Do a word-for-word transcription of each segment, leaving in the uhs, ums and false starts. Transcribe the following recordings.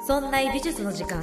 そんな美術の時間。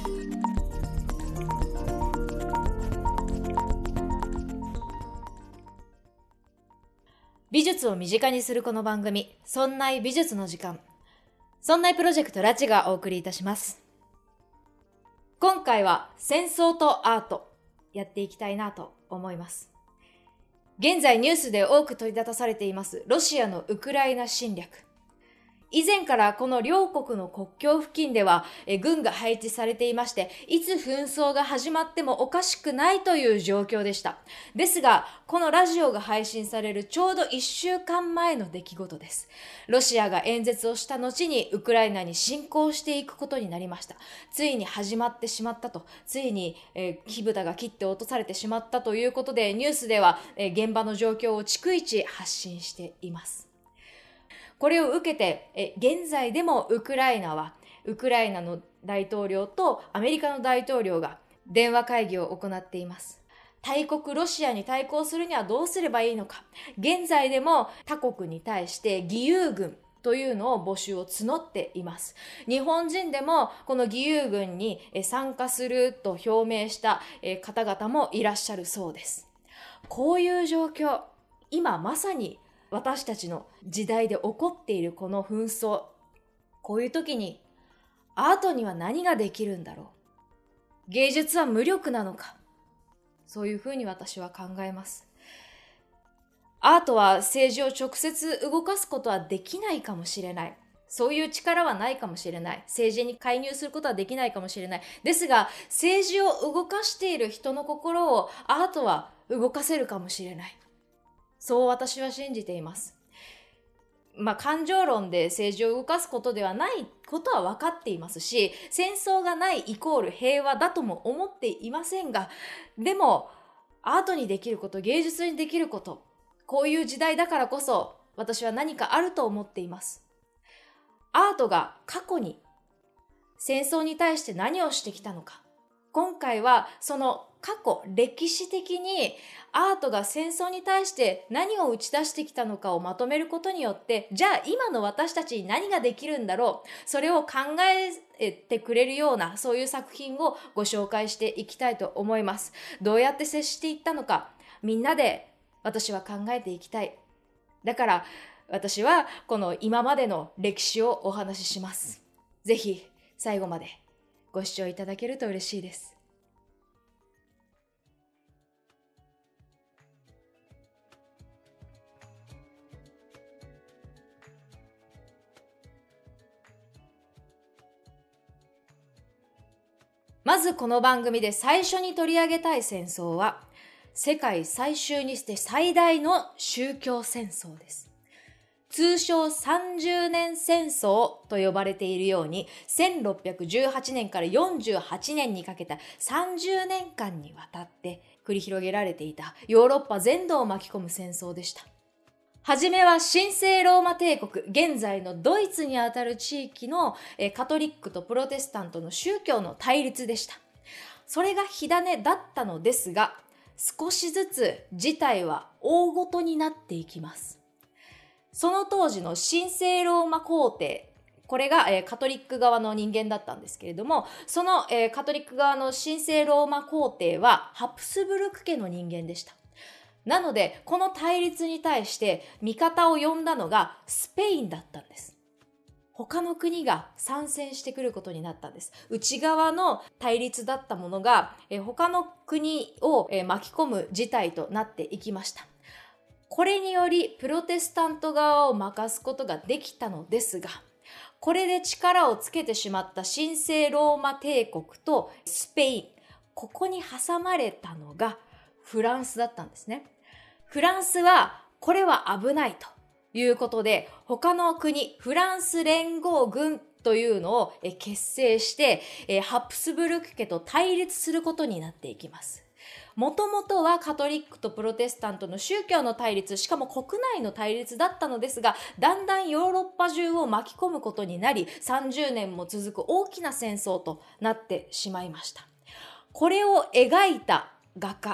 美術を身近にするこの番組、そんな美術の時間。そんなプロジェクトラチがお送りいたします。今回は戦争とアートやっていきたいなと思います。現在ニュースで多く取り沙汰されていますロシアのウクライナ侵略。以前からこの両国の国境付近ではえ軍が配置されていまして、いつ紛争が始まってもおかしくないという状況でした。ですが、このラジオが配信されるちょうどいっしゅうかんまえの出来事です。ロシアが演説をした後にウクライナに侵攻していくことになりました。ついに始まってしまったと、ついに、えー、火蓋が切って落とされてしまったということで、ニュースでは、えー、現場の状況を逐一発信しています。これを受けてえ現在でもウクライナはウクライナの大統領とアメリカの大統領が電話会議を行っています。大国ロシアに対抗するにはどうすればいいのか。現在でも他国に対して義勇軍というのを募集を募っています。日本人でもこの義勇軍に参加すると表明した方々もいらっしゃるそうです。こういう状況、今まさに私たちの時代で起こっているこの紛争、こういう時にアートには何ができるんだろう。芸術は無力なのか。そういうふうに私は考えます。アートは政治を直接動かすことはできないかもしれない。そういう力はないかもしれない。政治に介入することはできないかもしれない。ですが、政治を動かしている人の心をアートは動かせるかもしれない。そう私は信じています。まあ、感情論で政治を動かすことではないことは分かっていますし、戦争がないイコール平和だとも思っていませんが、でもアートにできること、芸術にできること、こういう時代だからこそ私は何かあると思っています。アートが過去に戦争に対して何をしてきたのか。今回はその過去、歴史的にアートが戦争に対して何を打ち出してきたのかをまとめることによって、じゃあ今の私たちに何ができるんだろう、それを考えてくれるような、そういう作品をご紹介していきたいと思います。どうやって接していったのか、みんなで私は考えていきたい。だから私はこの今までの歴史をお話しします。ぜひ最後までご視聴いただけると嬉しいです。まずこの番組で最初に取り上げたい戦争は、世界最終にして最大の宗教戦争です。通称さんじゅうねん戦争と呼ばれているように、せんろっぴゃくじゅうはちねんからよんじゅうはちねんにかけたさんじゅうねんかんにわたって繰り広げられていたヨーロッパ全土を巻き込む戦争でした。はじめは神聖ローマ帝国、現在のドイツにあたる地域のカトリックとプロテスタントの宗教の対立でした。それが火種だったのですが、少しずつ事態は大ごとになっていきます。その当時の神聖ローマ皇帝、これがカトリック側の人間だったんですけれども、そのカトリック側の神聖ローマ皇帝はハプスブルク家の人間でした。なので、この対立に対して味方を呼んだのがスペインだったんです。他の国が参戦してくることになったんです。内側の対立だったものが、え他の国を、え巻き込む事態となっていきました。これによりプロテスタント側を任すことができたのですが、これで力をつけてしまった神聖ローマ帝国とスペイン、ここに挟まれたのがフランスだったんですね。フランスはこれは危ないということで、他の国、フランス連合軍というのを結成して、ハプスブルク家と対立することになっていきます。もともとはカトリックとプロテスタントの宗教の対立、しかも国内の対立だったのですが、だんだんヨーロッパ中を巻き込むことになり、さんじゅうねんも続く大きな戦争となってしまいました。これを描いた画家、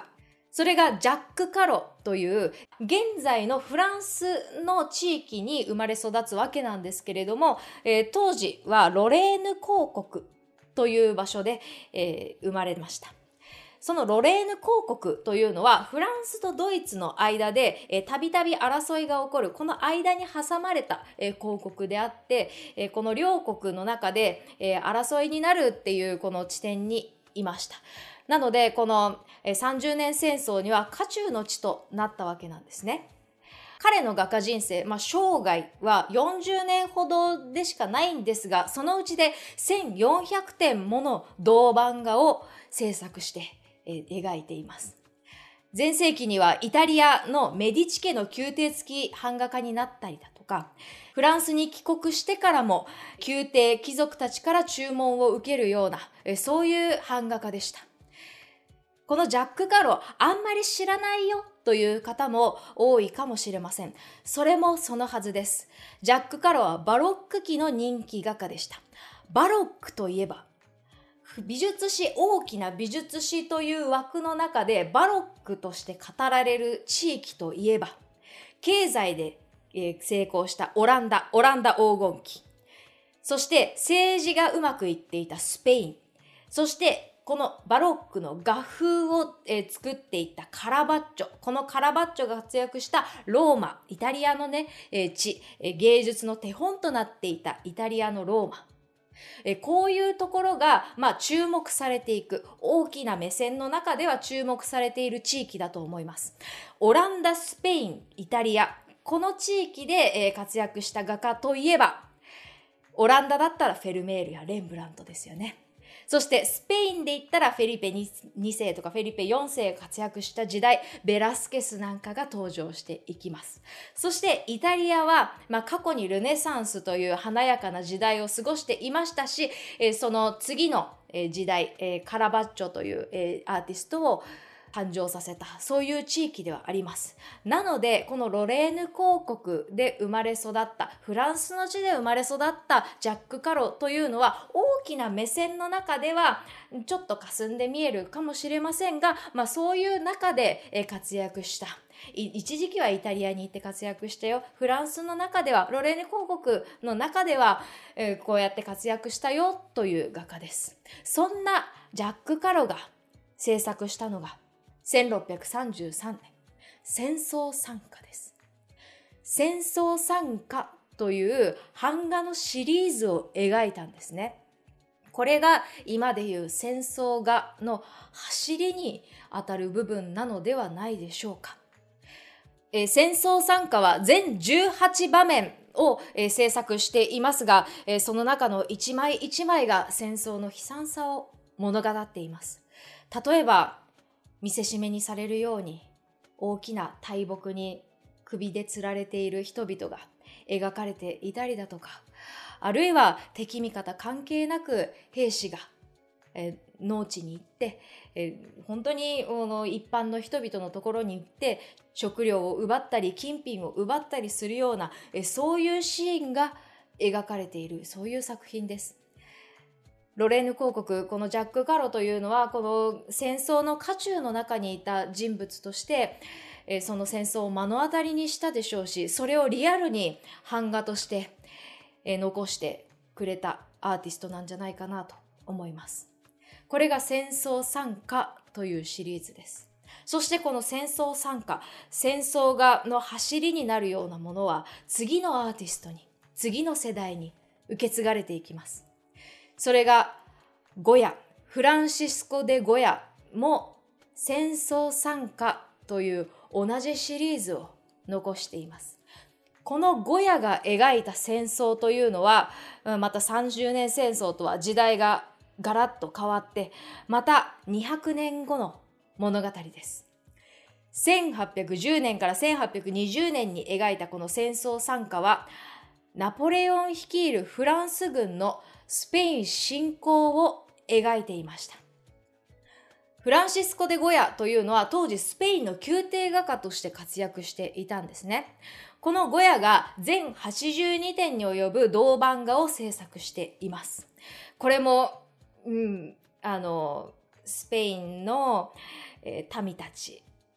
それがジャック・カロという現在のフランスの地域に生まれ育つわけなんですけれども、えー、当時はロレーヌ公国という場所で、えー、生まれました。そのロレーヌ公国というのはフランスとドイツの間でたびたび争いが起こるこの間に挟まれた、えー、公国であって、えー、この両国の中で、えー、争いになるっていうこの地点にいました。なのでこのさんじゅうねん戦争には渦中の地となったわけなんですね。彼の画家人生、まあ、生涯はよんじゅうねんほどでしかないんですが、そのうちでせんよんひゃくてんもの銅版画を制作して、えー、描いています。前世紀にはイタリアのメディチ家の宮廷付き版画家になったりだとか、フランスに帰国してからも宮廷貴族たちから注文を受けるような、えー、そういう版画家でした。このジャック・カロ、あんまり知らないよという方も多いかもしれません。それもそのはずです。ジャック・カロはバロック期の人気画家でした。バロックといえば、美術史、大きな美術史という枠の中でバロックとして語られる地域といえば、経済で成功したオランダ、オランダ黄金期、そして政治がうまくいっていたスペイン、そしてこのバロックの画風を、えー、作っていったカラバッチョ。このカラバッチョが活躍したローマ、イタリアのね、えー、地、えー、芸術の手本となっていたイタリアのローマ。えー、こういうところが、まあ、注目されていく。大きな目線の中では注目されている地域だと思います。オランダ、スペイン、イタリア。この地域で、えー、活躍した画家といえば、オランダだったらフェルメールやレンブラントですよね。そしてスペインで言ったらフェリペにせいとかフェリペよんせいが活躍した時代、ベラスケスなんかが登場していきます。そしてイタリアは、まあ、過去にルネサンスという華やかな時代を過ごしていましたし、えー、その次の時代、えー、カラバッチョという、えー、アーティストを誕生させた、そういう地域ではあります。なのでこのロレーヌ公国で生まれ育った、フランスの地で生まれ育ったジャック・カロというのは、大きな目線の中ではちょっと霞んで見えるかもしれませんが、まあ、そういう中で活躍した。一時期はイタリアに行って活躍したよ。フランスの中では、ロレーヌ公国の中では、えー、こうやって活躍したよという画家です。そんなジャック・カロが制作したのがせんろっぴゃくさんじゅうさんねん、戦争賛歌です。戦争賛歌という版画のシリーズを描いたんですね。これが今でいう戦争画の走りにあたる部分なのではないでしょうか。えー、戦争賛歌は全じゅうはちばめんを、えー、制作していますが、えー、その中の一枚一枚が戦争の悲惨さを物語っています。例えば見せしめにされるように大きな大木に首で吊られている人々が描かれていたりだとか、あるいは敵味方関係なく兵士が、えー、農地に行って、えー、本当に一般の人々のところに行って食料を奪ったり金品を奪ったりするような、えー、そういうシーンが描かれている、そういう作品です。ロレーヌ公国、このジャック・カロというのはこの戦争の渦中の中にいた人物として、えー、その戦争を目の当たりにしたでしょうし、それをリアルに版画として、えー、残してくれたアーティストなんじゃないかなと思います。これが戦争賛歌というシリーズです。そしてこの戦争賛歌、戦争画の走りになるようなものは次のアーティストに、次の世代に受け継がれていきます。それがゴヤ、フランシスコ・デ・ゴヤも戦争賛歌という同じシリーズを残しています。このゴヤが描いた戦争というのは、またさんじゅうねん戦争とは時代がガラッと変わって、またにひゃくねんごの物語です。せんはっぴゃくじゅうねんからせんはっぴゃくにじゅうねんに描いたこの戦争賛歌は、ナポレオン率いるフランス軍のスペイン侵攻を描いていました。フランシスコ・デ・ゴヤというのは当時スペインの宮廷画家として活躍していたんですね。このゴヤが全はちじゅうにてんに及ぶ銅版画を制作しています。これも、うん、あのスペインの、えー、民たち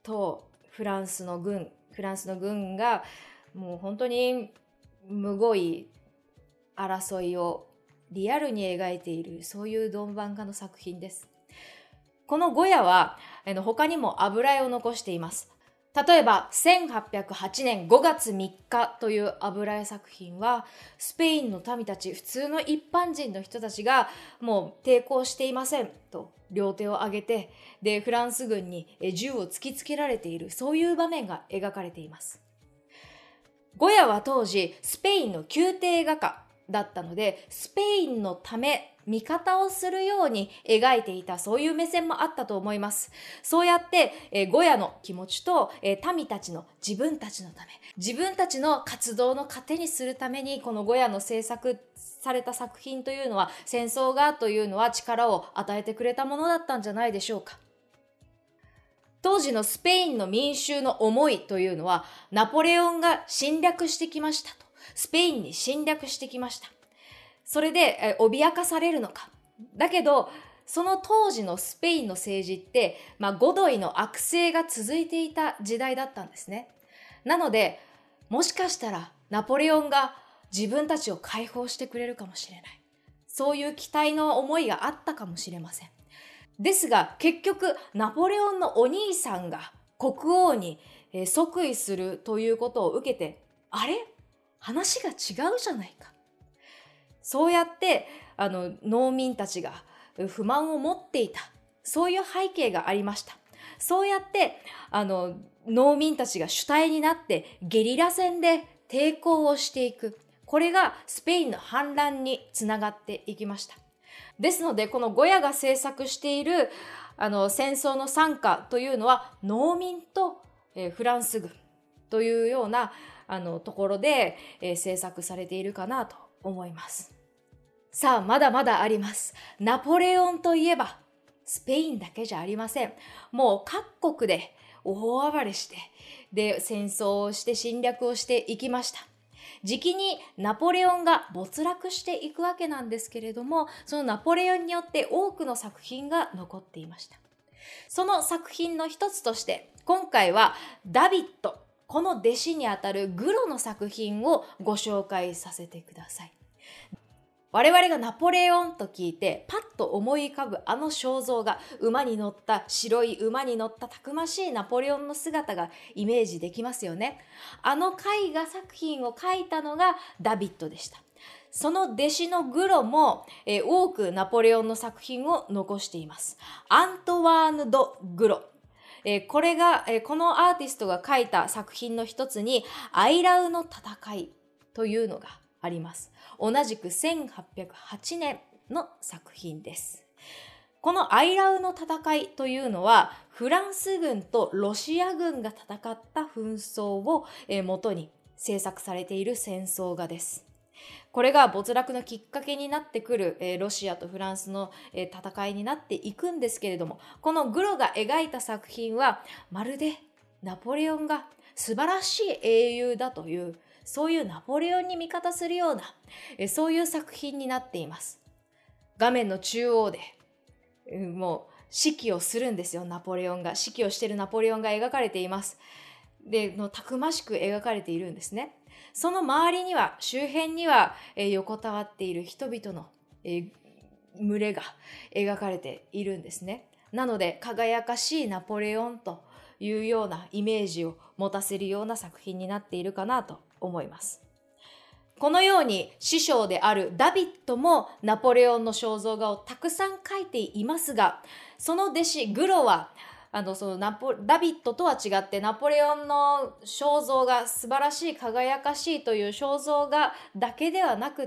とフランスの軍、フランスの軍がもう本当にむごい争いをリアルに描いている、そういう銅版画の作品です。このゴヤは他にも油絵を残しています。例えばせんはっぴゃくはちねんごがつみっかという油絵作品は、スペインの民たち、普通の一般人の人たちがもう抵抗していませんと両手を上げて、でフランス軍に銃を突きつけられている、そういう場面が描かれています。ゴヤは当時スペインの宮廷画家だったので、スペインのため味方をするように描いていた、そういう目線もあったと思います。そうやって、えー、ゴヤの気持ちと、えー、民たちの自分たちのため、自分たちの活動の糧にするために、このゴヤの制作された作品というのは、戦争画というのは力を与えてくれたものだったんじゃないでしょうか。当時のスペインの民衆の思いというのは、ナポレオンが侵略してきましたと。スペインに侵略してきました。それでえ脅かされるのか。だけど、その当時のスペインの政治って、まあ、ゴドイの悪政が続いていた時代だったんですね。なので、もしかしたらナポレオンが自分たちを解放してくれるかもしれない。そういう期待の思いがあったかもしれません。ですが、結局、ナポレオンのお兄さんが国王に即位するということを受けて、あれ？話が違うじゃないか。そうやってあの農民たちが不満を持っていた、そういう背景がありました。そうやってあの農民たちが主体になってゲリラ戦で抵抗をしていく、これがスペインの反乱につながっていきました。ですので、このゴヤが制作しているあの戦争の惨禍というのは、農民と、えー、フランス軍というようなあのところで、えー、制作されているかなと思います。さあ、まだまだあります。ナポレオンといえばスペインだけじゃありません。もう各国で大暴れして、で戦争をして侵略をしていきました。時期にナポレオンが没落していくわけなんですけれども、そのナポレオンによって多くの作品が残っていました。その作品の一つとして、今回はダビッド、この弟子にあたるグロの作品をご紹介させてください。我々がナポレオンと聞いてパッと思い浮かぶあの肖像画、馬に乗った白い馬に乗ったたくましいナポレオンの姿がイメージできますよね。あの絵画作品を描いたのがダビッドでした。その弟子のグロも、えー、多くナポレオンの作品を残しています。アントワーヌ・ド・グロ、えー、これが、えー、このアーティストが描いた作品の一つにアイラウの戦いというのがあります。同じくせんはっぴゃくはちねんの作品です。このアイラウの戦いというのは、フランス軍とロシア軍が戦った紛争を元に制作されている戦争画です。これが没落のきっかけになってくるロシアとフランスの戦いになっていくんですけれども、このグロが描いた作品はまるでナポレオンが素晴らしい英雄だという、そういうナポレオンに味方するような、そういう作品になっています。画面の中央でもう指揮をするんですよ。ナポレオンが指揮をしているナポレオンが描かれています。でのたくましく描かれているんですね。その周りには、周辺には、えー、横たわっている人々の、えー、群れが描かれているんですね。なので輝かしいナポレオンというようなイメージを持たせるような作品になっているかなと思います。このように師匠であるダビッドもナポレオンの肖像画をたくさん描いていますが、その弟子グロはあのそのナポダビッドとは違って、ナポレオンの肖像画、素晴らしい輝かしいという肖像画だけではなくって、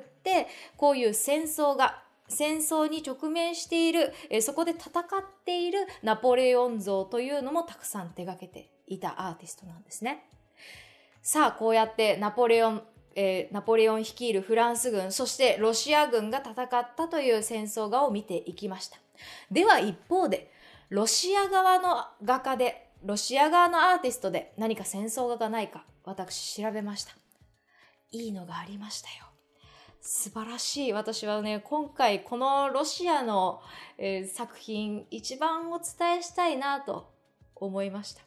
こういう戦争画、戦争に直面している、えそこで戦っているナポレオン像というのもたくさん手掛けていたアーティストなんですね。さあ、こうやってナポレオン、えー、ナポレオン率いるフランス軍、そしてロシア軍が戦ったという戦争画を見ていきました。では一方で、ロシア側の画家で、ロシア側のアーティストで何か戦争画がないか、私調べました。いいのがありましたよ。素晴らしい。私はね、今回このロシアの、えー、作品一番お伝えしたいなと思いました。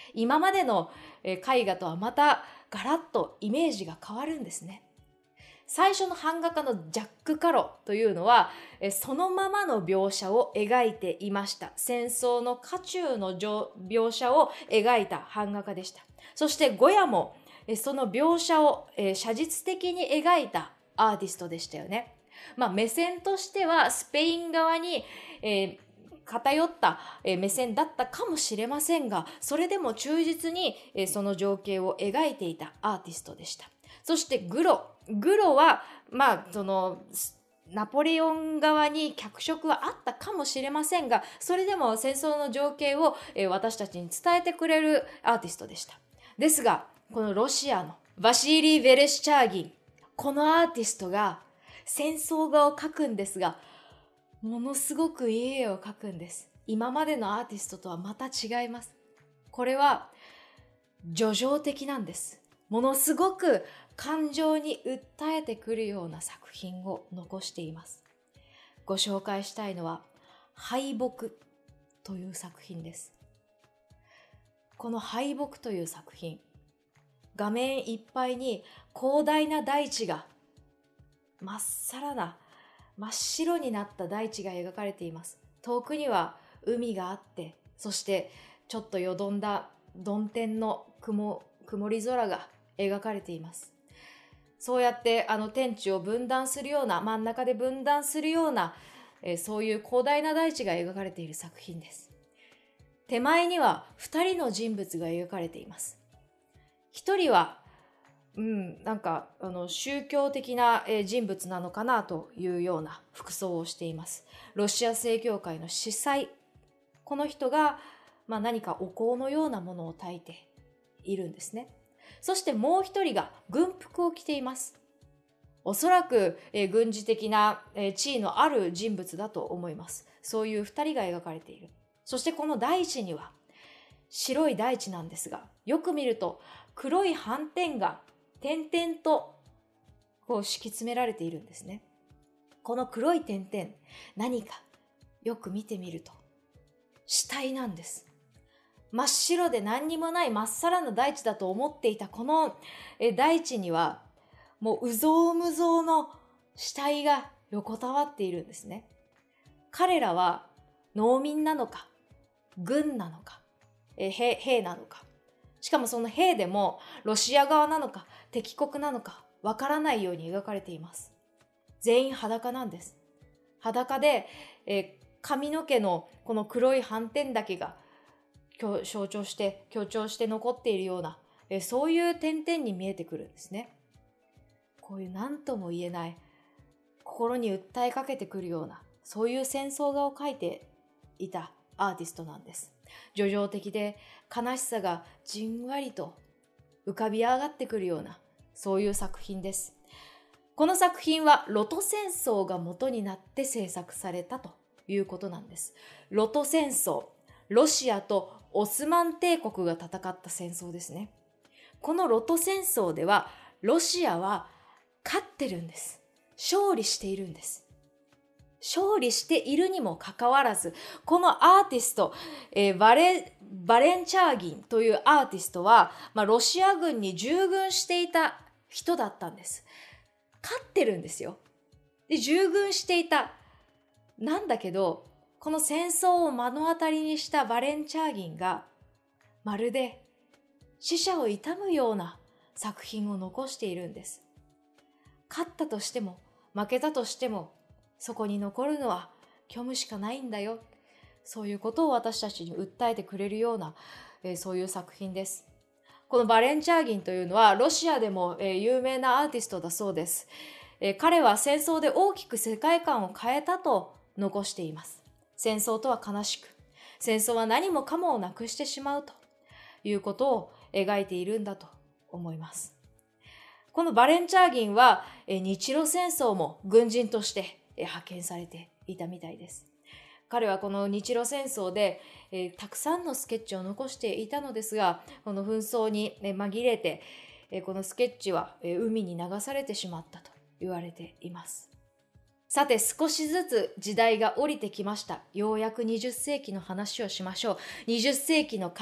今までの絵画とはまたガラッとイメージが変わるんですね。最初の版画家のジャック・カロというのはそのままの描写を描いていました。戦争の渦中の描写を描いた版画家でした。そしてゴヤもその描写を写実的に描いたアーティストでしたよね。まあ、目線としてはスペイン側に、えー偏った目線だったかもしれませんが、それでも忠実にその情景を描いていたアーティストでした。そしてグロ。グロは、まあ、その、ナポレオン側に脚色はあったかもしれませんが、それでも戦争の情景を私たちに伝えてくれるアーティストでした。ですが、このロシアのバシーリー・ベレシチャーギン、このアーティストが戦争画を描くんですが、ものすごくいい絵を描くんです。今までのアーティストとはまた違います。これは叙情的なんです。ものすごく感情に訴えてくるような作品を残しています。ご紹介したいのは敗北という作品です。この敗北という作品、画面いっぱいに広大な大地が、まっさらな真っ白になった大地が描かれています。遠くには海があって、そしてちょっとよどんだ曇天の 雲, 曇り空が描かれています。そうやってあの天地を分断するような、真ん中で分断するような、えー、そういう広大な大地が描かれている作品です。手前には二人の人物が描かれています。一人はうん、なんかあの宗教的な人物なのかなというような服装をしています。ロシア正教会の司祭、この人が、まあ、何かお香のようなものを焚いているんですね。そしてもう一人が軍服を着ています。おそらく、えー、軍事的な、えー、地位のある人物だと思います。そういう二人が描かれている。そしてこの大地には白い大地なんですが、よく見ると黒い斑点が点々とこう敷き詰められているんですね。この黒い点々、何かよく見てみると死体なんです。真っ白で何にもないまっさらな大地だと思っていたこの大地にはもううぞうむぞうの死体が横たわっているんですね。彼らは農民なのか軍なのか兵、兵なのか、しかもその兵でもロシア側なのか敵国なのかわからないように描かれています。全員裸なんです。裸で、えー、髪の毛のこの黒い斑点だけが象徴して強調して残っているような、えー、そういう点々に見えてくるんですね。こういう何とも言えない心に訴えかけてくるような、そういう戦争画を描いていたアーティストなんです。叙情的で悲しさがじんわりと浮かび上がってくるような、そういう作品です。この作品はロト戦争が元になって制作されたということなんです。ロト戦争、ロシアとオスマン帝国が戦った戦争ですね。このロト戦争ではロシアは勝ってるんです。勝利しているんです。勝利しているにもかかわらず、このアーティスト、えー、バレ、バレンチャーギンというアーティストは、まあ、ロシア軍に従軍していた人だったんです。勝ってるんですよ。で、従軍していた。なんだけど、この戦争を目の当たりにしたバレンチャーギンが、まるで死者を悼むような作品を残しているんです。勝ったとしても、負けたとしても、そこに残るのは虚無しかないんだよ。そういうことを私たちに訴えてくれるような、えー、そういう作品です。このバレンチャーギンというのはロシアでも、えー、有名なアーティストだそうです、えー。彼は戦争で大きく世界観を変えたと残しています。戦争とは悲しく、戦争は何もかもをなくしてしまうということを描いているんだと思います。このバレンチャーギンは、えー、日露戦争も軍人として派遣されていたみたいです。彼はこの日露戦争で、えー、たくさんのスケッチを残していたのですが、この紛争に、ね、紛れて、えー、このスケッチは、えー、海に流されてしまったと言われています。さて、少しずつ時代が降りてきました。ようやくにじゅっ世紀の話をしましょう。にじゅっ世紀の絵画、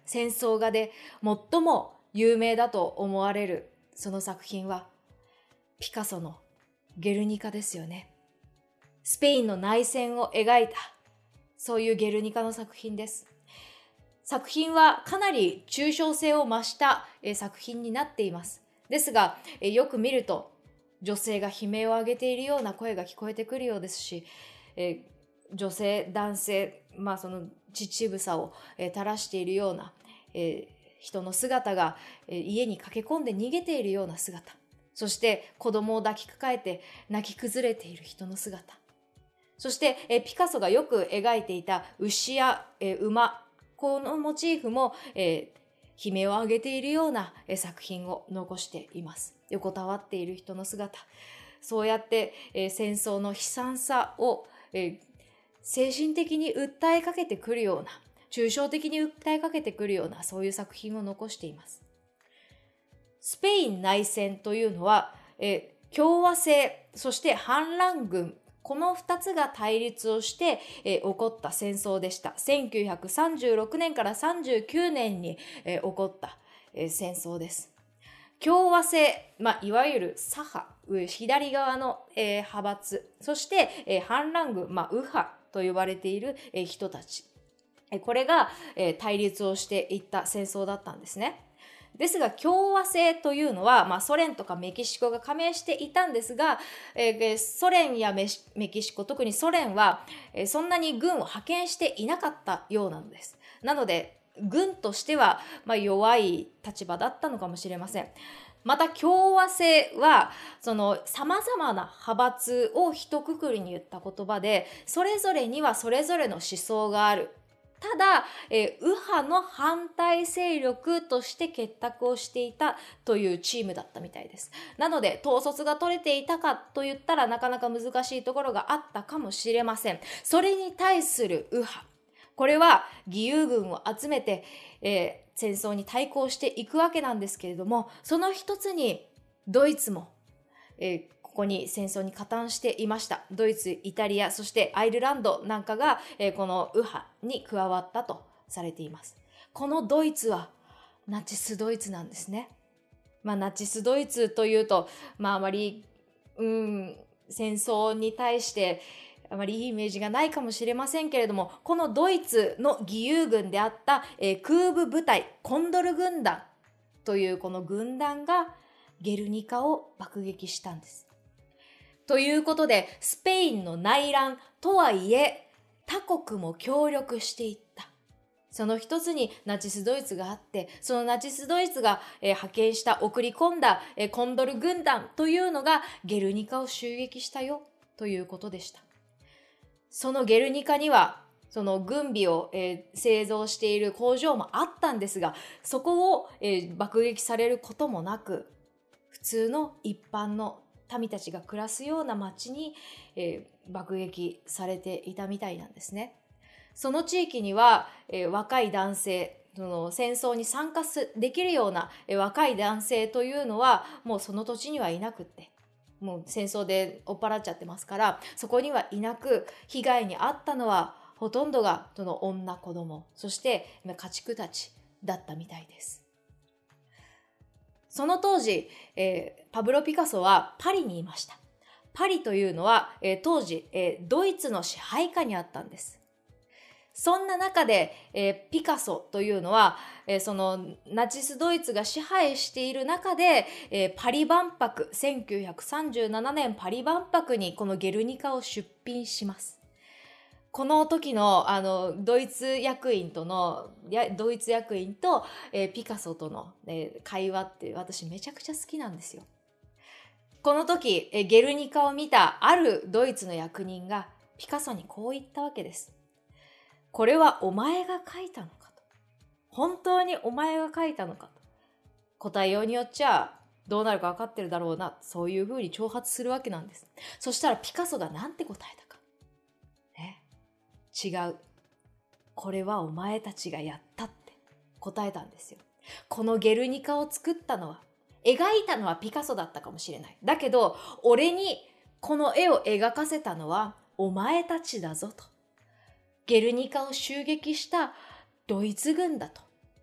戦争画で最も有名だと思われるその作品はピカソのゲルニカですよね。スペインの内戦を描いた、そういうゲルニカの作品です。作品はかなり抽象性を増した作品になっています。ですが、よく見ると女性が悲鳴を上げているような声が聞こえてくるようですし、女性、男性、まあその乳房を垂らしているような人の姿が家に駆け込んで逃げているような姿、そして子供を抱きかかえて泣き崩れている人の姿、そしてピカソがよく描いていた牛や馬、このモチーフも悲鳴を上げているような作品を残しています。横たわっている人の姿、そうやって戦争の悲惨さを精神的に訴えかけてくるような、抽象的に訴えかけてくるような、そういう作品を残しています。スペイン内戦というのは、え共和制、そして反乱軍、この二つが対立をして、え起こった戦争でした。せんきゅうひゃくさんじゅうろくねんからさんじゅうきゅうねんに、え起こった、え戦争です。共和制、まあ、いわゆる左派、左側の、えー、派閥、そして、えー、反乱軍、まあ、右派と呼ばれている、えー、人たち。これが、えー、対立をしていった戦争だったんですね。ですが共和制というのは、まあ、ソ連とかメキシコが加盟していたんですが、えー、ソ連やメキシコ、特にソ連は、えー、そんなに軍を派遣していなかったようなのです。なので軍としては、まあ、弱い立場だったのかもしれません。また共和制はその様々な派閥を一括りに言った言葉で、それぞれにはそれぞれの思想がある。ただ、えー、右派の反対勢力として結託をしていたというチームだったみたいです。なので統率が取れていたかと言ったらなかなか難しいところがあったかもしれません。それに対する右派、これは義勇軍を集めて、えー、戦争に対抗していくわけなんですけれども、その一つにドイツも、えーここに戦争に加担していました。ドイツ、イタリア、そしてアイルランドなんかが、えー、この右派に加わったとされています。このドイツはナチスドイツなんですね。まあナチスドイツというと、まああまり、うん、戦争に対してあまりいいイメージがないかもしれませんけれども、このドイツの義勇軍であった、えー、空母部隊コンドル軍団というこの軍団がゲルニカを爆撃したんです。ということで、スペインの内乱とはいえ、他国も協力していった。その一つにナチスドイツがあって、そのナチスドイツが、えー、派遣した送り込んだ、えー、コンドル軍団というのがゲルニカを襲撃したよということでした。そのゲルニカには、その軍備を、えー、製造している工場もあったんですが、そこを、えー、爆撃されることもなく、普通の一般の民たちが暮らすような町に、えー、爆撃されていたみたいなんですね。その地域には、えー、若い男性、その戦争に参加できるような、えー、若い男性というのはもうその土地にはいなくって、もう戦争で追っ払っちゃってますから、そこにはいなく、被害に遭ったのはほとんどがその女、子供、そして家畜たちだったみたいです。その当時、えー、パブロ・ピカソはパリにいました。パリというのは、えー、当時、えー、ドイツの支配下にあったんです。そんな中で、えー、ピカソというのは、えー、そのナチスドイツが支配している中で、えー、パリ万博、せんきゅうひゃくさんじゅうななねんパリ万博にこのゲルニカを出品します。この時のあのドイツ役員とのやドイツ役員と、えー、ピカソとの、えー、会話って私めちゃくちゃ好きなんですよ。この時、えー、ゲルニカを見たあるドイツの役人がピカソにこう言ったわけです。これはお前が書いたのかと。本当にお前が書いたのかと。答えようによっちゃどうなるか分かってるだろうな、そういうふうに挑発するわけなんです。そしたらピカソがなんて答えたか。違う。これはお前たちがやったって答えたんですよ。このゲルニカを作ったのは、描いたのはピカソだったかもしれない。だけど、俺にこの絵を描かせたのはお前たちだぞと。ゲルニカを襲撃したドイツ軍だと。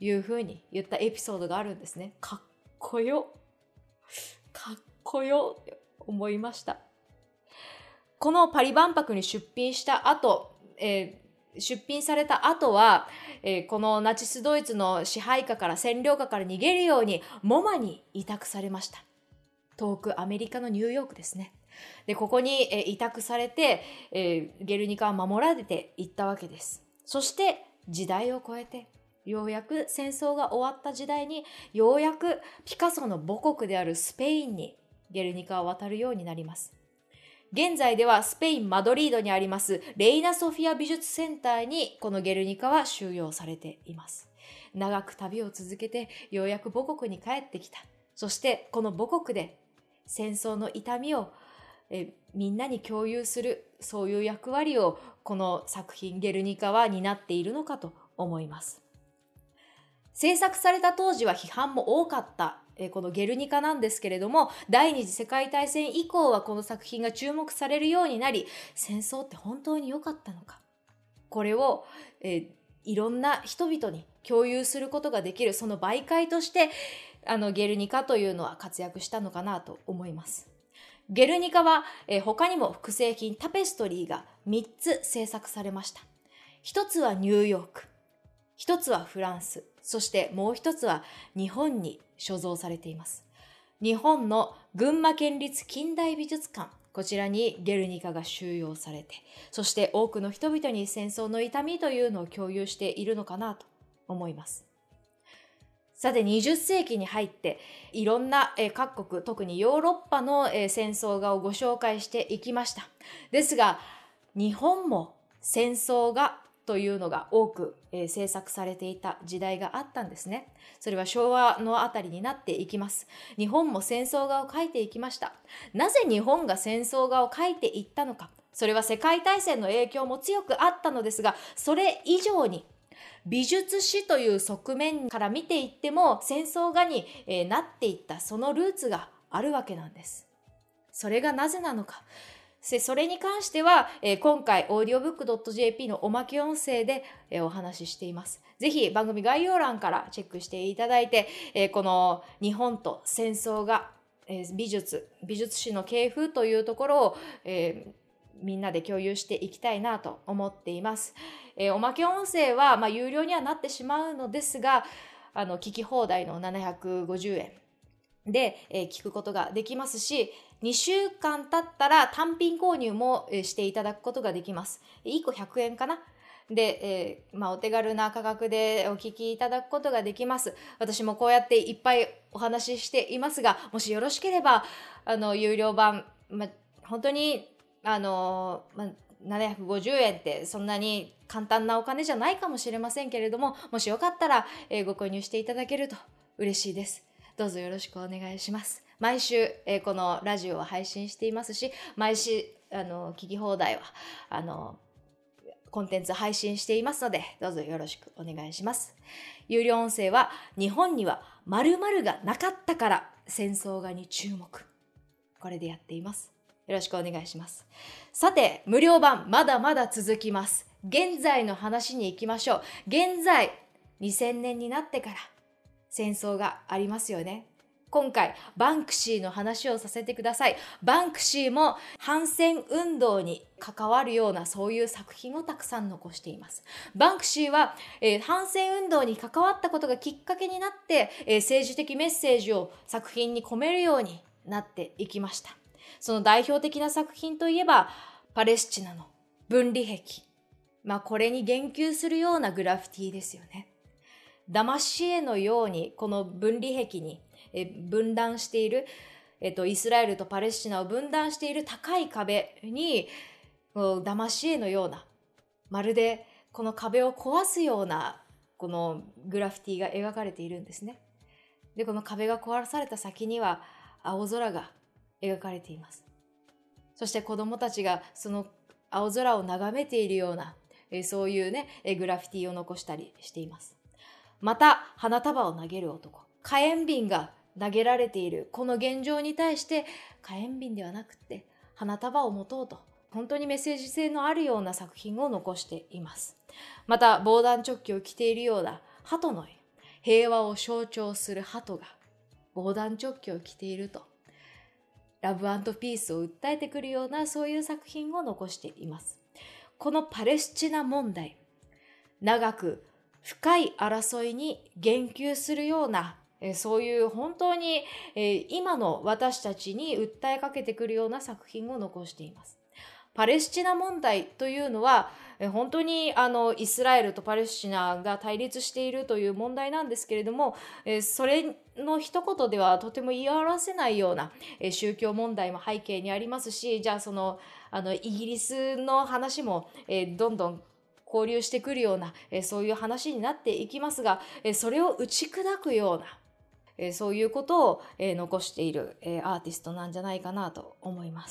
いうふうに言ったエピソードがあるんですね。かっこよ。かっこよって思いました。このパリ万博に出品した後、えー、出品された後は、えー、このナチスドイツの支配下から占領下から逃げるようにモマに委託されました。遠くアメリカのニューヨークですね。で、ここに、えー、委託されて、えー、ゲルニカは守られていったわけです。そして時代を超えて、ようやく戦争が終わった時代に、ようやくピカソの母国であるスペインにゲルニカは渡るようになります。現在ではスペイン・マドリードにありますレイナ・ソフィア美術センターにこのゲルニカは収容されています。長く旅を続けてようやく母国に帰ってきた。そしてこの母国で戦争の痛みをえみんなに共有する、そういう役割をこの作品ゲルニカは担っているのかと思います。制作された当時は批判も多かったこのゲルニカなんですけれども、第二次世界大戦以降はこの作品が注目されるようになり、戦争って本当に良かったのか、これを、えいろんな人々に共有することができる、その媒介としてあのゲルニカというのは活躍したのかなと思います。ゲルニカは、え他にも複製品タペストリーがみっつ制作されました。一つはニューヨーク、一つはフランス、そしてもう一つは日本に所蔵されています。日本の群馬県立近代美術館、こちらにゲルニカが収容されて、そして多くの人々に戦争の痛みというのを共有しているのかなと思います。さて、にじゅっ世紀に入っていろんな各国、特にヨーロッパの戦争画をご紹介していきました。ですが、日本も戦争画というのが多く、えー、制作されていた時代があったんですね。それは昭和のあたりになっていきます。日本も戦争画を描いていきました。なぜ日本が戦争画を描いていったのか。それは世界大戦の影響も強くあったのですが、それ以上に美術史という側面から見ていっても戦争画に、えー、なっていったそのルーツがあるわけなんです。それがなぜなのか。それに関しては、えー、今回 オーディオブックドットジェーピー のおまけ音声で、えー、お話ししています。ぜひ番組概要欄からチェックしていただいて、えー、この日本と戦争が、えー、美術、美術史の系譜というところを、えーみんなで共有していきたいなと思っています。えー、おまけ音声は、まあ、有料にはなってしまうのですが、あの聞き放題のななひゃくごじゅうえんで、えー、聞くことができますし、にしゅうかん経ったら単品購入も、えー、していただくことができます。いっこひゃくえんかなで、えーまあ、お手軽な価格でお聞きいただくことができます。私もこうやっていっぱいお話ししていますが、もしよろしければあの有料版、まあ、本当にあの、まあ、ななひゃくごじゅうえんってそんなに簡単なお金じゃないかもしれませんけれども、もしよかったら、えー、ご購入していただけると嬉しいです。どうぞよろしくお願いします。毎週、えー、このラジオを配信していますし、毎週あの聞き放題はあのコンテンツ配信していますので、どうぞよろしくお願いします。有料音声は日本には〇〇がなかったから戦争画に注目。これでやっています。よろしくお願いします。さて、無料版まだまだ続きます。現在の話に行きましょう。現在、にせんねんになってから戦争がありますよね。今回、バンクシーの話をさせてください。バンクシーも反戦運動に関わるようなそういう作品をたくさん残しています。バンクシーは、えー、反戦運動に関わったことがきっかけになって、えー、政治的メッセージを作品に込めるようになっていきました。その代表的な作品といえば、パレスチナの分離壁。まあこれに言及するようなグラフィティですよね。ダマシ絵のようにこの分離壁にえ分断している、えっと、イスラエルとパレスチナを分断している高い壁に、ダマシ絵のような、まるでこの壁を壊すようなこのグラフィティが描かれているんですね。で、この壁が壊された先には青空が描かれています。そして子供たちがその青空を眺めているような、えそういうね、グラフィティを残したりしています。また、花束を投げる男。火炎瓶が投げられているこの現状に対して火炎瓶ではなくて花束を持とうと、本当にメッセージ性のあるような作品を残しています。また、防弾チョッキを着ているような鳩の絵。 平和を象徴する鳩が防弾チョッキを着ていると、ラブ&ピースを訴えてくるようなそういう作品を残しています。このパレスチナ問題、長く深い争いに言及するような、そういう本当に今の私たちに訴えかけてくるような作品を残しています。パレスチナ問題というのは本当にあのイスラエルとパレスチナが対立しているという問題なんですけれども、それの一言ではとても言い表せないような宗教問題も背景にありますし、じゃあそのあのイギリスの話もどんどん交流してくるようなそういう話になっていきますが、それを打ち砕くようなそういうことを残しているアーティストなんじゃないかなと思います。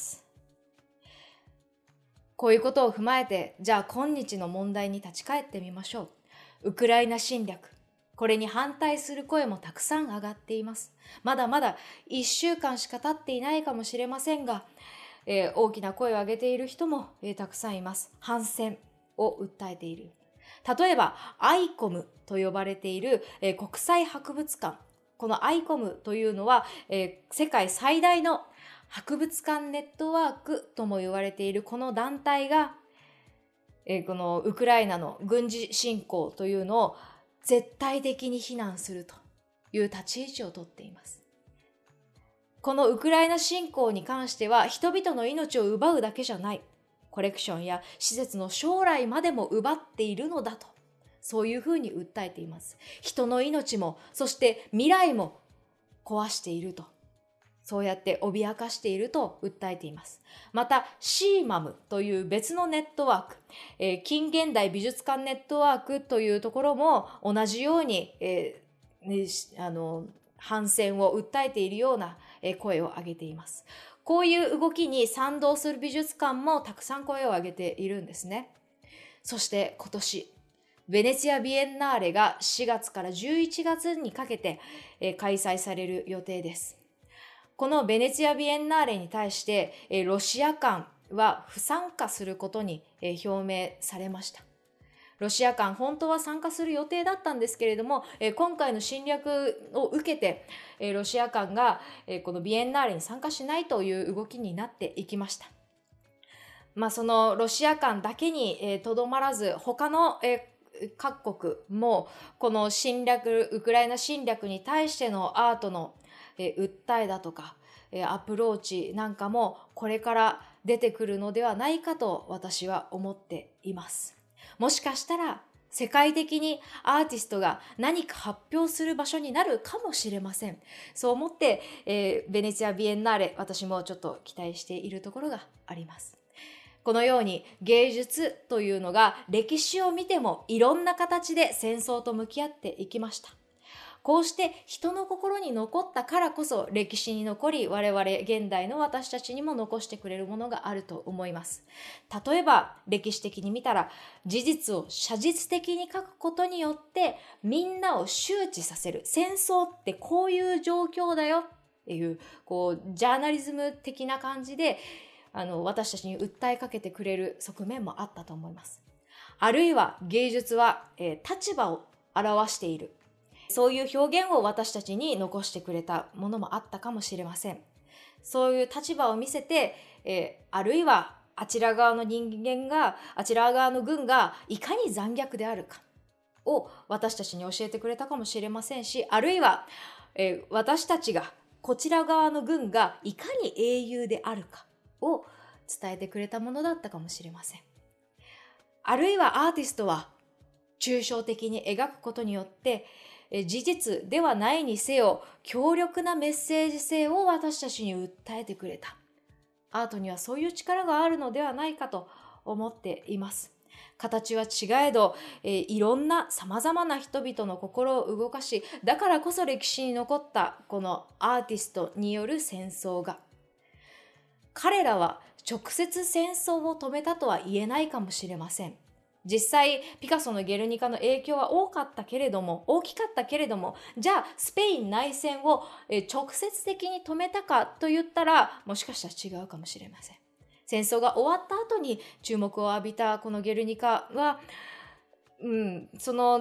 こういうことを踏まえて、じゃあ今日の問題に立ち返ってみましょう。ウクライナ侵略。これに反対する声もたくさん上がっています。まだまだいっしゅうかんしか経っていないかもしれませんが、えー、大きな声を上げている人も、えー、たくさんいます。反戦を訴えている。例えば、アイコムと呼ばれている、えー、国際博物館。このアイコムというのは、えー、世界最大の博物館ネットワークとも言われているこの団体が、えー、このウクライナの軍事侵攻というのを絶対的に非難するという立ち位置をとっています。このウクライナ侵攻に関しては人々の命を奪うだけじゃない、コレクションや施設の将来までも奪っているのだと、そういうふうに訴えています。人の命も、そして未来も壊していると。そうやって脅かしていると訴えています。また、シーマムという別のネットワーク、えー、近現代美術館ネットワークというところも同じように、えーね、あの反戦を訴えているような声を上げています。こういう動きに賛同する美術館もたくさん声を上げているんですね。そして今年、ベネチアビエンナーレがしがつからじゅういちがつにかけて開催される予定です。このベネチアビエンナーレに対してロシア館は不参加することに表明されました。ロシア館本当は参加する予定だったんですけれども、今回の侵略を受けてロシア館がこのビエンナーレに参加しないという動きになっていきました。まあ、そのロシア館だけにとどまらず、他の各国もこの侵略、ウクライナ侵略に対してのアートの訴えだとかアプローチなんかもこれから出てくるのではないかと私は思っています。もしかしたら世界的にアーティストが何か発表する場所になるかもしれません。そう思って、えー、ベネチアビエンナーレ、私もちょっと期待しているところがあります。このように芸術というのが歴史を見てもいろんな形で戦争と向き合っていきました。こうして人の心に残ったからこそ歴史に残り、我々現代の私たちにも残してくれるものがあると思います。例えば歴史的に見たら、事実を写実的に書くことによってみんなを周知させる。戦争ってこういう状況だよっていう、こうジャーナリズム的な感じであの私たちに訴えかけてくれる側面もあったと思います。あるいは芸術は、えー、立場を表している。そういう表現を私たちに残してくれたものもあったかもしれません。そういう立場を見せて、えー、あるいはあちら側の人間が、あちら側の軍がいかに残虐であるかを私たちに教えてくれたかもしれませんし、あるいは、えー、私たちがこちら側の軍がいかに英雄であるかを伝えてくれたものだったかもしれません。あるいはアーティストは抽象的に描くことによって事実ではないにせよ強力なメッセージ性を私たちに訴えてくれた。アートにはそういう力があるのではないかと思っています。形は違えど、えー、いろんな様々な人々の心を動かし、だからこそ歴史に残ったこのアーティストによる戦争が、彼らは直接戦争を止めたとは言えないかもしれません。実際ピカソのゲルニカの影響は多かったけれども大きかったけれども、じゃあスペイン内戦を直接的に止めたかと言ったら、もしかしたら違うかもしれません。戦争が終わった後に注目を浴びたこのゲルニカは、うん、その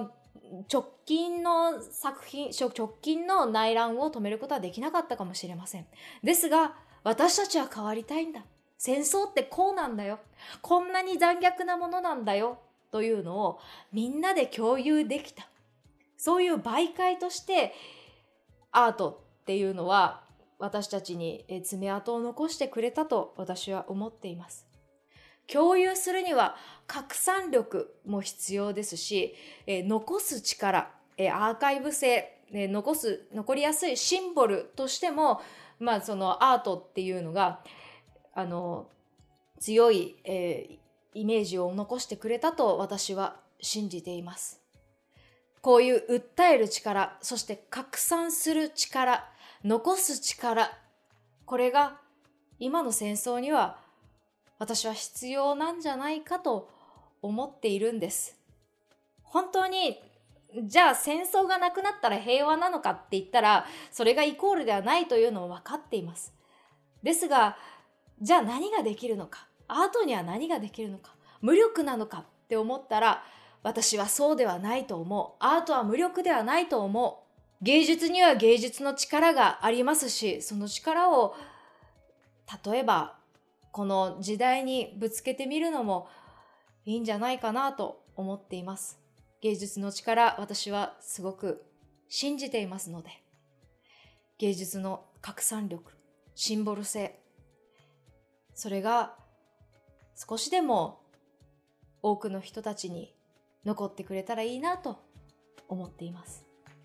直近の作品、直近の内乱を止めることはできなかったかもしれません。ですが、私たちは変わりたいんだ。戦争ってこうなんだよ。こんなに残虐なものなんだよ。というのをみんなで共有できた。そういう媒介としてアートっていうのは私たちに爪痕を残してくれたと私は思っています。共有するには拡散力も必要ですし、えー、残す力、えー、アーカイブ性、えー、残す、残りやすいシンボルとしても、まあそのアートっていうのが、あの、強い、えー、イメージを残してくれたと私は信じています。こういう訴える力、そして拡散する力、残す力、これが今の戦争には私は必要なんじゃないかと思っているんです。本当に、じゃあ戦争がなくなったら平和なのかって言ったら、それがイコールではないというのも分かっています。ですが、じゃあ何ができるのか、アートには何ができるのか、無力なのかって思ったら、私はそうではないと思う。アートは無力ではないと思う。芸術には芸術の力がありますし、その力を例えばこの時代にぶつけてみるのもいいんじゃないかなと思っています。芸術の力、私はすごく信じていますので、芸術の拡散力、シンボル性、それが少しでも多くの人たちに残ってくれたらいいなと思っています。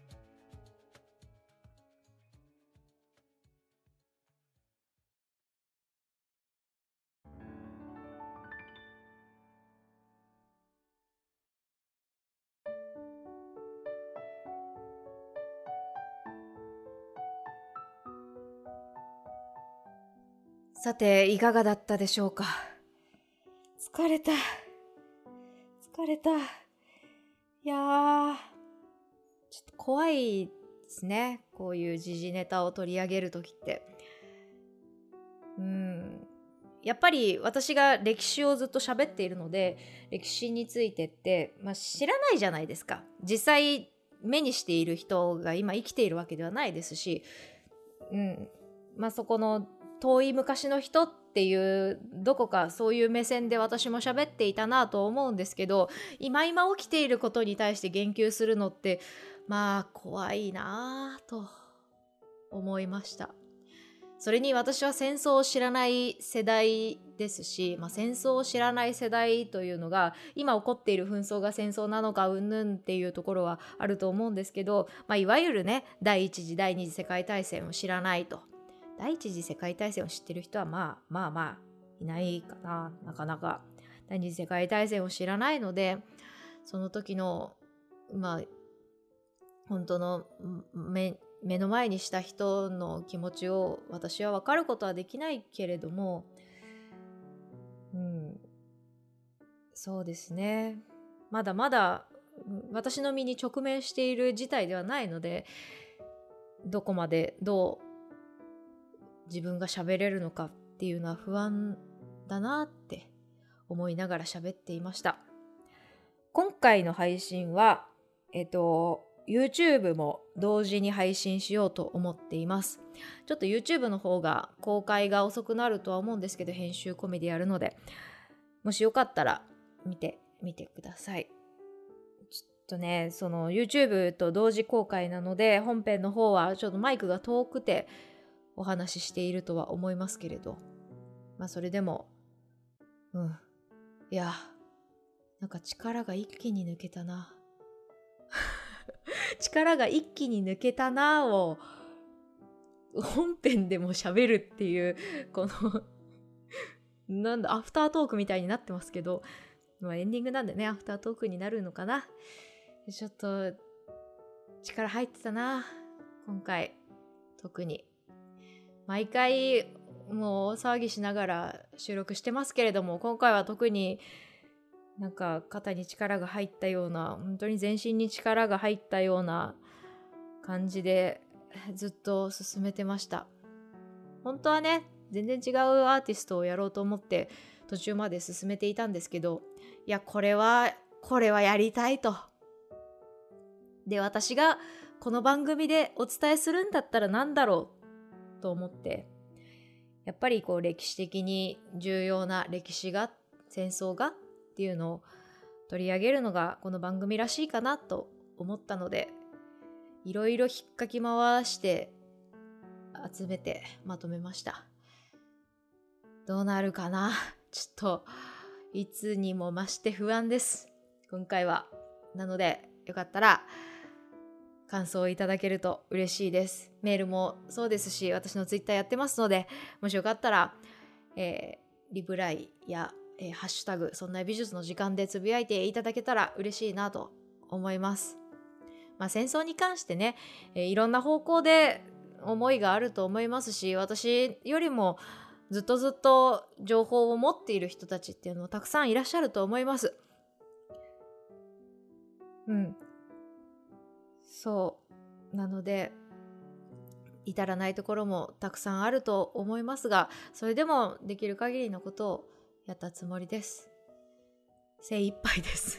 さて、いかがだったでしょうか。疲れた。疲れた。いやー、ちょっと怖いですね。こういう時事ネタを取り上げるときって。うん。やっぱり私が歴史をずっと喋っているので、歴史についてって、まあ、知らないじゃないですか。実際目にしている人が今生きているわけではないですし、うん。まあそこの遠い昔の人っていうどこかそういう目線で私も喋っていたなと思うんですけど、今今起きていることに対して言及するのってまあ怖いなと思いました。それに私は戦争を知らない世代ですし、まあ、戦争を知らない世代というのが今起こっている紛争が戦争なのかうんぬんっていうところはあると思うんですけど、まあ、いわゆるね第一次第二次世界大戦を知らないと、第一次世界大戦を知ってる人はまあまあまあいないかな、なかなか第二次世界大戦を知らないので、その時のまあ本当の目目の前にした人の気持ちを私は分かることはできないけれども、うん、そうですね。まだまだ私の身に直面している事態ではないので、どこまでどう自分が喋れるのかっていうのは不安だなって思いながら喋っていました。今回の配信は、えっと、YouTube も同時に配信しようと思っています。ちょっと YouTube の方が公開が遅くなるとは思うんですけど、編集込みでやるので、もしよかったら見てみてください。ちょっとね、その YouTube と同時公開なので、本編の方はちょっとマイクが遠くてお話ししているとは思いますけれど、まあそれでも、うん、いや、なんか力が一気に抜けたな。力が一気に抜けたなを本編でも喋るっていうこのなんだアフタートークみたいになってますけど、まあ、エンディングなんでねアフタートークになるのかな。ちょっと力入ってたな今回。特に毎回もう大騒ぎしながら収録してますけれども、今回は特になんか肩に力が入ったような、本当に全身に力が入ったような感じでずっと進めてました。本当はね全然違うアーティストをやろうと思って途中まで進めていたんですけど、いやこれはこれはやりたいと、 で、私がこの番組でお伝えするんだったら何だろうと思って、やっぱりこう歴史的に重要な歴史が、戦争がっていうのを取り上げるのがこの番組らしいかなと思ったので、いろいろ引っかき回して集めてまとめました。どうなるかな？ちょっといつにも増して不安です、今回は。なのでよかったら感想をいただけると嬉しいです。メールもそうですし、私のツイッターやってますので、もしよかったら、えー、リプライや、えー、ハッシュタグそんな美術の時間でつぶやいていただけたら嬉しいなと思います。まあ、戦争に関してね、えー、いろんな方向で思いがあると思いますし、私よりもずっとずっと情報を持っている人たちっていうのもたくさんいらっしゃると思います。うん。そうなので至らないところもたくさんあると思いますが、それでもできる限りのことをやったつもりです。精一杯です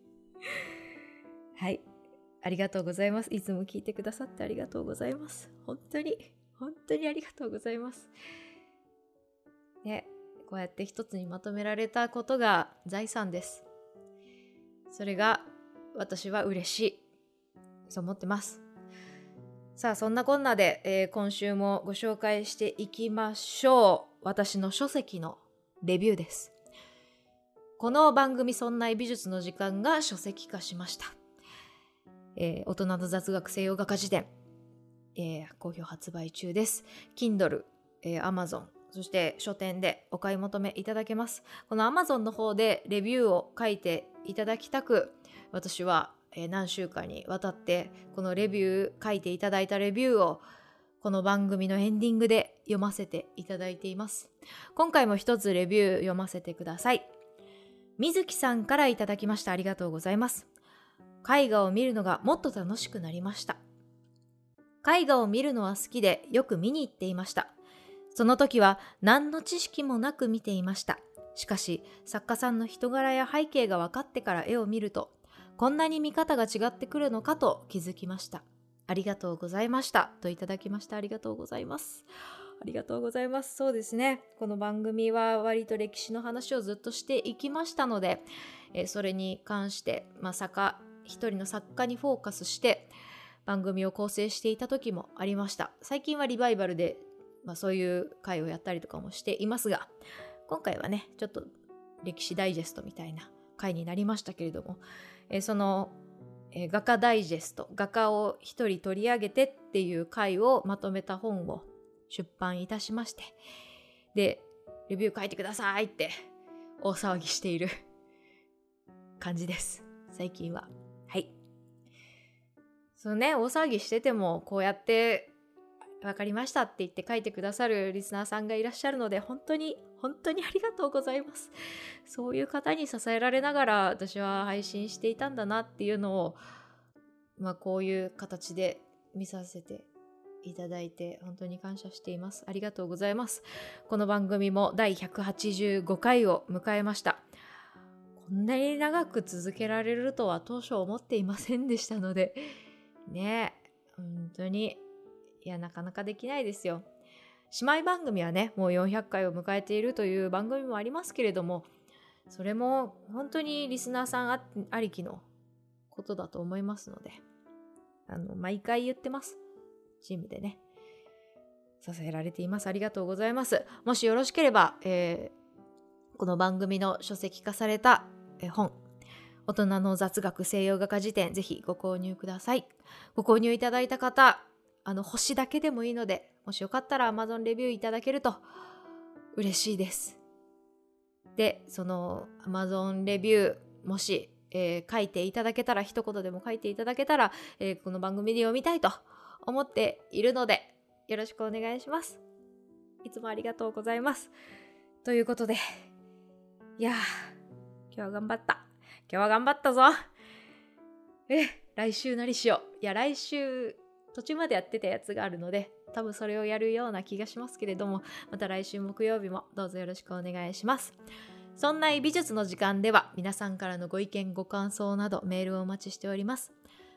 はい、ありがとうございます。いつも聞いてくださってありがとうございます。本当に本当にありがとうございますね。こうやって一つにまとめられたことが財産です。それが私は嬉しい、そう思ってます。さあ、そんなこんなで、えー、今週もご紹介していきましょう。私の書籍のレビューです。この番組そんな美術の時間が書籍化しました。えー、大人の雑学西洋画家辞典、えー、好評発売中です。Kindle、えー、Amazon、そして書店でお買い求めいただけます。この Amazon の方でレビューを書いていただきたく、私は何週間にわたってこのレビュー書いていただいたレビューをこの番組のエンディングで読ませていただいています。今回も一つレビュー読ませてください。水木さんからいただきました。ありがとうございます。絵画を見るのがもっと楽しくなりました。絵画を見るのは好きでよく見に行っていました。その時は何の知識もなく見ていました。しかし作家さんの人柄や背景が分かってから絵を見ると、こんなに見方が違ってくるのかと気づきました。ありがとうございましたといただきました。ありがとうございます。ありがとうございます。そうですね。この番組は割と歴史の話をずっとしていきましたので、えそれに関して、まあ、作家、一人の作家にフォーカスして番組を構成していた時もありました。最近はリバイバルで、まあ、そういう回をやったりとかもしていますが、今回はね、ちょっと歴史ダイジェストみたいな回になりましたけれども、えー、その、えー、画家ダイジェスト、画家を一人取り上げてっていう回をまとめた本を出版いたしまして、で、レビュー書いてくださいって大騒ぎしている感じです、最近は。はい。そのね、大騒ぎしててもこうやってわかりましたって言って書いてくださるリスナーさんがいらっしゃるので、本当に本当にありがとうございます。そういう方に支えられながら私は配信していたんだなっていうのを、まあ、こういう形で見させていただいて本当に感謝しています。ありがとうございます。この番組もだいひゃくはちじゅうごかいを迎えました。こんなに長く続けられるとは当初思っていませんでしたのでね、本当にいや、なかなかできないですよ。姉妹番組はね、もうよんひゃっかいを迎えているという番組もありますけれども、それも本当にリスナーさん あ, ありきのことだと思いますので、あの毎回言ってます。チームでね支えられています。ありがとうございます。もしよろしければ、えー、この番組の書籍化された本、大人の雑学西洋画家辞典、ぜひご購入ください。ご購入いただいた方、あの星だけでもいいので、もしよかったら Amazon レビューいただけると嬉しいです。で、その Amazon レビュー、もし、えー、書いていただけたら、一言でも書いていただけたら、えー、この番組で読みたいと思っているので、よろしくお願いします。いつもありがとうございます。ということで、いやー、今日は頑張った。今日は頑張ったぞ。え、来週何しよう。いや、来週、途中までやってたやつがあるので、多分それをやるような気がしますけれども、また来週木曜日もどうぞよろしくお願いします。そんな美術の時間では皆さんからのご意見ご感想などメールをお待ちしております。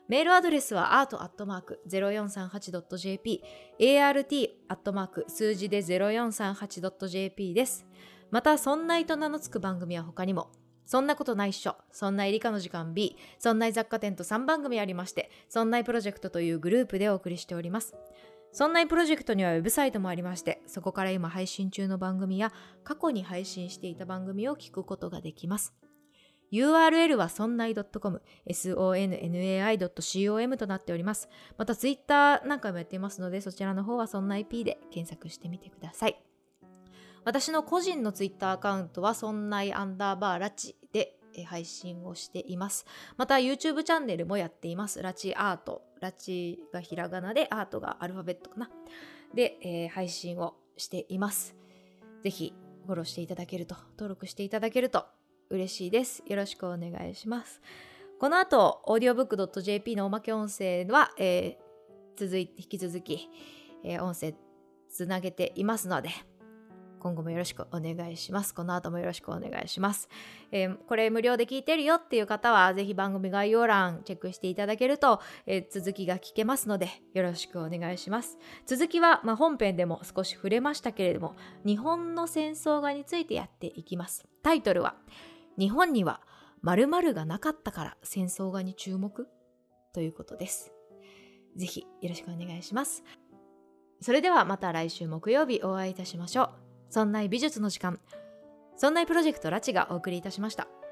メールアドレスは アート アットマーク ゼロよんさんはち ドット ジェーピー、アールティー アットマーク 数字で ゼロよんさんはち ドット ジェーピー です。また、そんないと名の付く番組は他にも、そんなことないっしょ、そんない理科の時間 B、そんない雑貨店とさんばんぐみありまして、そんないプロジェクトというグループでお送りしております。そんないプロジェクトにはウェブサイトもありまして、そこから今配信中の番組や過去に配信していた番組を聞くことができます。ユーアールエル はそんない ドットコム、ソンナイ ドットコム となっております。またツイッターなんかもやっていますので、そちらの方はそんない P で検索してみてください。私の個人のツイッターアカウントはそんないアンダーバーラチで配信をしています。また YouTube チャンネルもやっています。ラチアート。ラチがひらがなでアートがアルファベットかな。で、えー、配信をしています。ぜひフォローしていただけると、登録していただけると嬉しいです。よろしくお願いします。この後、オーディオブック ドット ジェーピー のおまけ音声は、えー、続いて、引き続き、えー、音声つなげていますので、今後もよろしくお願いします。この後もよろしくお願いします。えー、これ無料で聞いてるよっていう方は、ぜひ番組概要欄チェックしていただけると、えー、続きが聞けますので、よろしくお願いします。続きは、まあ、本編でも少し触れましたけれども、日本の戦争画についてやっていきます。タイトルは、日本には〇〇がなかったから戦争画に注目ということです。ぜひよろしくお願いします。それではまた来週木曜日お会いいたしましょう。そんない美術の時間、そんないプロジェクトラチがお送りいたしました。